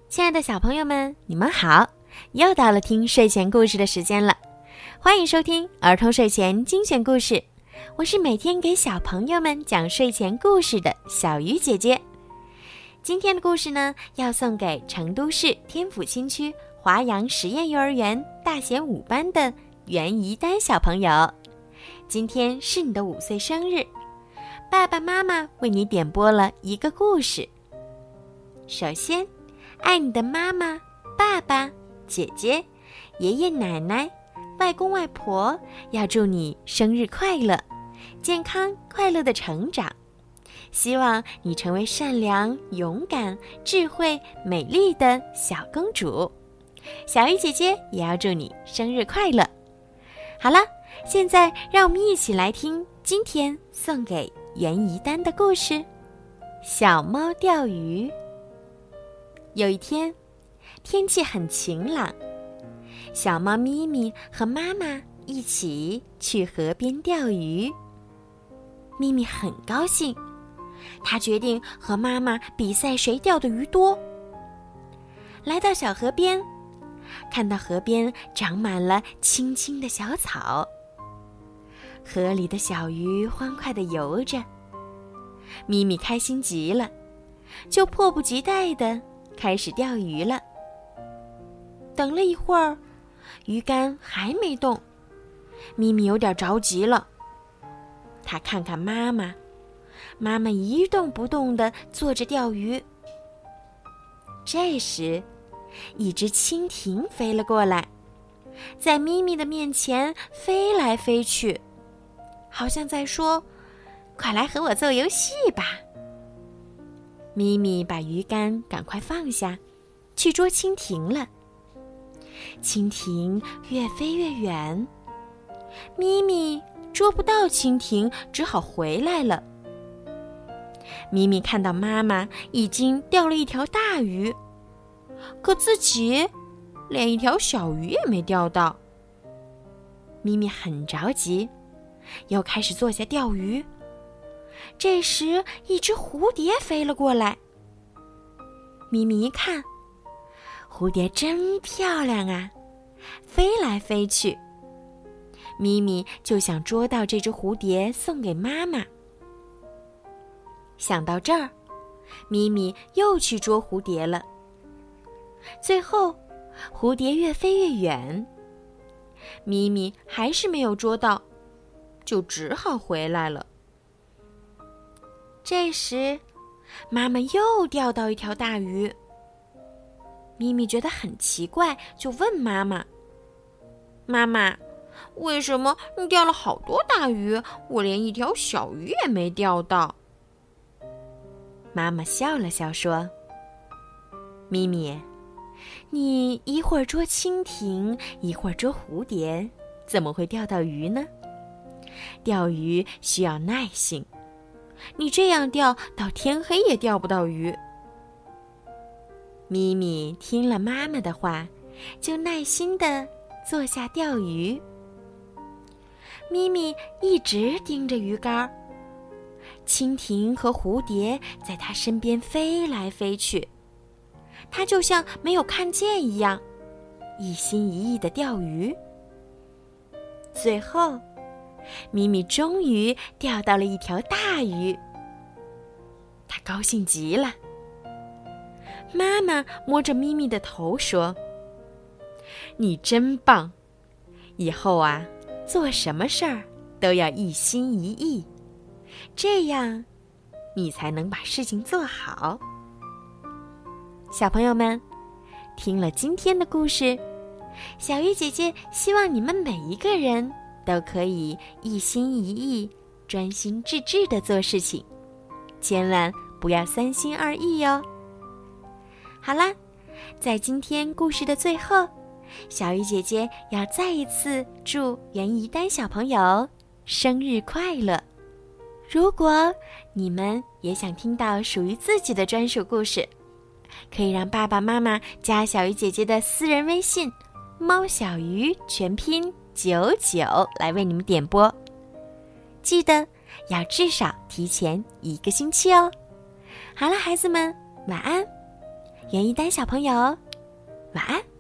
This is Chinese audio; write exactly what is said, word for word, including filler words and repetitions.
亲爱的小朋友们，你们好，又到了听睡前故事的时间了。欢迎收听儿童睡前精选故事，我是每天给小朋友们讲睡前故事的小鱼姐姐。今天的故事呢，要送给成都市天府新区华阳实验幼儿园大贤五班的袁怡丹小朋友。今天是你的五岁生日，爸爸妈妈为你点播了一个故事。首先，爱你的妈妈、爸爸、姐姐、爷爷奶奶、外公外婆要祝你生日快乐，健康快乐的成长，希望你成为善良、勇敢、智慧、美丽的小公主。小鱼姐姐也要祝你生日快乐。好了，现在让我们一起来听今天送给袁怡丹的故事《小猫钓鱼》。有一天，天气很晴朗，小猫咪咪和妈妈一起去河边钓鱼。咪咪很高兴，她决定和妈妈比赛谁钓的鱼多。来到小河边，看到河边长满了青青的小草，河里的小鱼欢快地游着，咪咪开心极了，就迫不及待地开始钓鱼了。等了一会儿，鱼竿还没动，咪咪有点着急了。她看看妈妈，妈妈一动不动地坐着钓鱼。这时，一只蜻蜓飞了过来，在咪咪的面前飞来飞去，好像在说：“快来和我做游戏吧。”咪咪把鱼竿赶快放下，去捉蜻蜓了。蜻蜓越飞越远，咪咪捉不到蜻蜓，只好回来了。咪咪看到妈妈已经钓了一条大鱼，可自己连一条小鱼也没钓到。咪咪很着急，又开始坐下钓鱼。这时，一只蝴蝶飞了过来。咪咪一看，蝴蝶真漂亮啊，飞来飞去。咪咪就想捉到这只蝴蝶送给妈妈。想到这儿，咪咪又去捉蝴蝶了。最后，蝴蝶越飞越远，咪咪还是没有捉到，就只好回来了。这时，妈妈又钓到一条大鱼。咪咪觉得很奇怪，就问妈妈：“妈妈，为什么你钓了好多大鱼，我连一条小鱼也没钓到？”妈妈笑了笑说：“咪咪，你一会儿捉蜻蜓，一会儿捉蝴蝶，怎么会钓到鱼呢？钓鱼需要耐性。你这样钓，到天黑也钓不到鱼。”咪咪听了妈妈的话，就耐心地坐下钓鱼。咪咪一直盯着鱼竿，蜻蜓和蝴蝶在它身边飞来飞去，它就像没有看见一样，一心一意地钓鱼。最后，咪咪终于钓到了一条大鱼，她高兴极了。妈妈摸着咪咪的头说：“你真棒，以后啊，做什么事儿都要一心一意，这样你才能把事情做好。”小朋友们，听了今天的故事，小鱼姐姐希望你们每一个人都可以一心一意、专心致志地做事情，千万不要三心二意哟。好啦，在今天故事的最后，小鱼姐姐要再一次祝袁怡丹小朋友生日快乐。如果你们也想听到属于自己的专属故事，可以让爸爸妈妈加小鱼姐姐的私人微信猫小鱼全拼九九来为你们点播，记得要至少提前一个星期哦。好了，孩子们，晚安， 袁一丹小朋友，晚安。